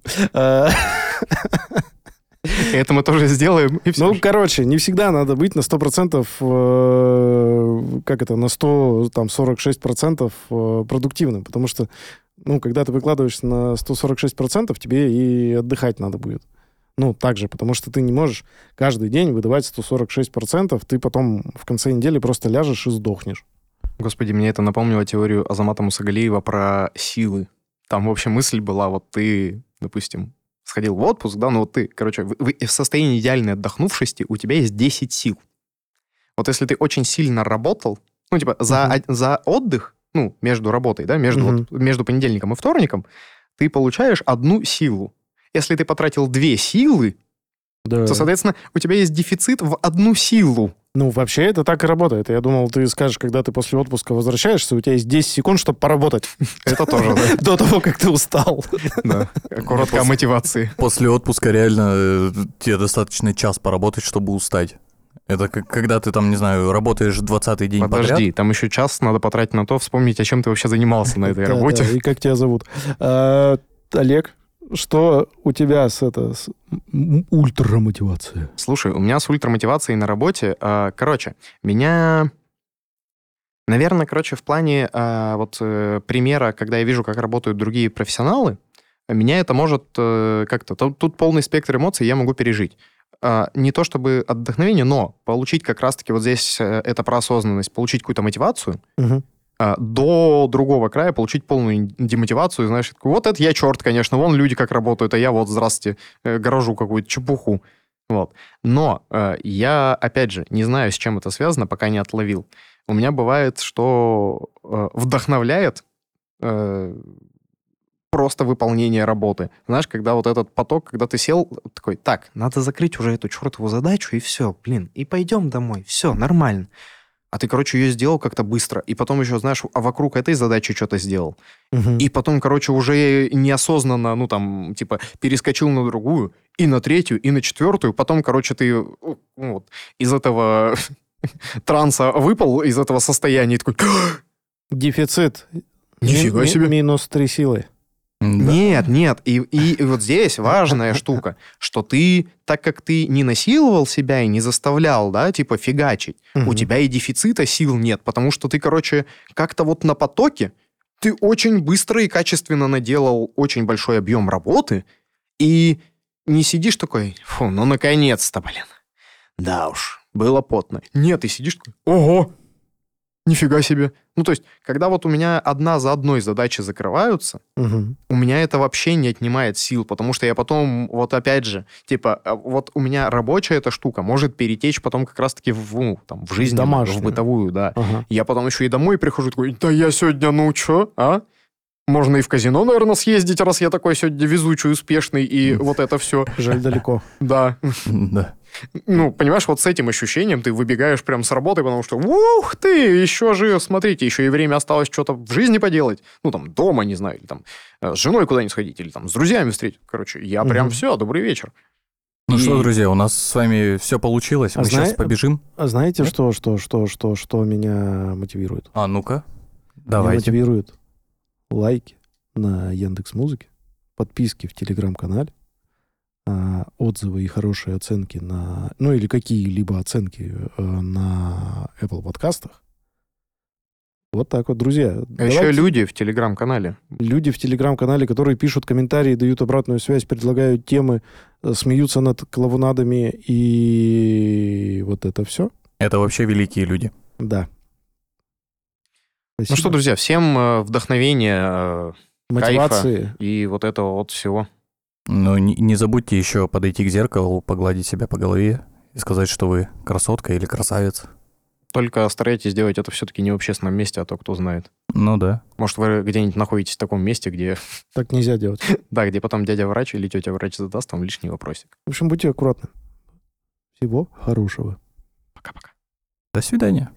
Это мы тоже сделаем, и все.
Ну, короче, не всегда надо быть на 100%, как это, на 146% продуктивным, потому что, ну, когда ты выкладываешься на 146%, тебе и отдыхать надо будет. Ну, так же, потому что ты не можешь каждый день выдавать 146%, ты потом в конце недели просто ляжешь и сдохнешь.
Господи, мне это напомнило теорию Азамата Мусагалиева про силы. Там, в общем, мысль была, вот ты, допустим, сходил в отпуск, да, ну вот ты, короче, в состоянии идеальной отдохнувшести у тебя есть 10 сил. Вот если ты очень сильно работал, ну, типа, за отдых, ну, между работой, да, между понедельником и вторником, ты получаешь 1 силу. Если ты потратил 2 силы,
Да.
то, соответственно, у тебя есть дефицит в 1 силу.
Ну, вообще это так и работает. Я думал, ты скажешь, когда ты после отпуска возвращаешься, у тебя есть 10 секунд, чтобы поработать.
Это тоже, да.
До того, как ты устал.
Да. Коротко о мотивации.
После отпуска реально тебе достаточно час поработать, чтобы устать. Это как когда ты там, не знаю, работаешь 20-й день
Подожди,
подряд.
там еще час надо потратить на то, вспомнить, о чем ты вообще занимался на этой
Да,
работе.
да, и как тебя зовут? Олег, что у тебя с ультрамотивацией?
Слушай, у меня с ультрамотивацией на работе, короче, меня, наверное, в плане примера, когда я вижу, как работают другие профессионалы, меня это может как-то... Тут полный спектр эмоций я могу пережить. Не то чтобы от вдохновения, но получить как раз-таки вот здесь это про осознанность, получить какую-то мотивацию, до другого края получить полную демотивацию, знаешь, такой, вот это я черт, конечно, вон люди как работают, а я вот, здравствуйте, горожу какую-то чепуху. Вот. Но я, опять же, не знаю, с чем это связано, пока не отловил. У меня бывает, что вдохновляет просто выполнение работы. Знаешь, когда вот этот поток, когда ты сел, такой, так, надо закрыть уже эту чертову задачу, и все, блин, и пойдем домой, все, нормально. А ты, ее сделал как-то быстро, и потом еще, знаешь, вокруг этой задачи что-то сделал. И потом, уже неосознанно, ну, там, типа, перескочил на другую, и на третью, и на четвертую. Потом, ты вот, из этого транса выпал, из этого состояния, и такой...
Дефицит.
Нифига себе.
Минус 3 силы.
Нет. И вот здесь важная штука, что ты, так как ты не насиловал себя и не заставлял, да, типа, фигачить, у тебя и дефицита сил нет, потому что ты, как-то вот на потоке, ты очень быстро и качественно наделал очень большой объем работы, и не сидишь такой, фу, ну, наконец-то, блин. Да уж, было потно. Нет, ты сидишь такой, ого, нифига себе. Ну, то есть, когда вот у меня одна за одной задачи закрываются, у меня это вообще не отнимает сил, потому что я потом, вот опять же, типа, вот у меня рабочая эта штука может перетечь потом как раз-таки в жизнь, в бытовую, да. Я потом еще и домой прихожу, такой, да я сегодня, ну что, а? Можно и в казино, наверное, съездить, раз я такой сегодня везучий, успешный, и вот это все.
Жаль, далеко.
Да.
Да.
Ну, понимаешь, вот с этим ощущением ты выбегаешь прям с работы, потому что, ух ты, еще жив, смотрите, еще и время осталось что-то в жизни поделать. Ну, там, дома, не знаю, или там с женой куда-нибудь сходить, или там с друзьями встретить. Короче, я прям все, добрый вечер.
Ну что, друзья, у нас с вами все получилось, мы сейчас побежим.
А знаете, что меня мотивирует?
А ну-ка,
Меня
давайте.
мотивирует лайки на Яндекс.Музыке, подписки в Телеграм-канале, отзывы и хорошие оценки на... Ну, или какие-либо оценки на Apple подкастах. Вот так вот, друзья.
Еще люди в Телеграм-канале.
Люди в Телеграм-канале, которые пишут комментарии, дают обратную связь, предлагают темы, смеются над клоунадами и вот это все.
Это вообще великие люди.
Да. Спасибо.
Ну что, друзья, всем вдохновения,
мотивации.
кайфа и вот этого вот всего.
Но не забудьте еще подойти к зеркалу, погладить себя по голове и сказать, что вы красотка или красавец.
Только старайтесь делать это все-таки не в общественном месте, а то кто знает.
Ну да.
Может, вы где-нибудь находитесь в таком месте, где...
Так нельзя делать.
Да, где потом дядя-врач или тетя-врач задаст вам лишний вопросик.
В общем, будьте аккуратны. Всего хорошего.
Пока-пока.
До свидания.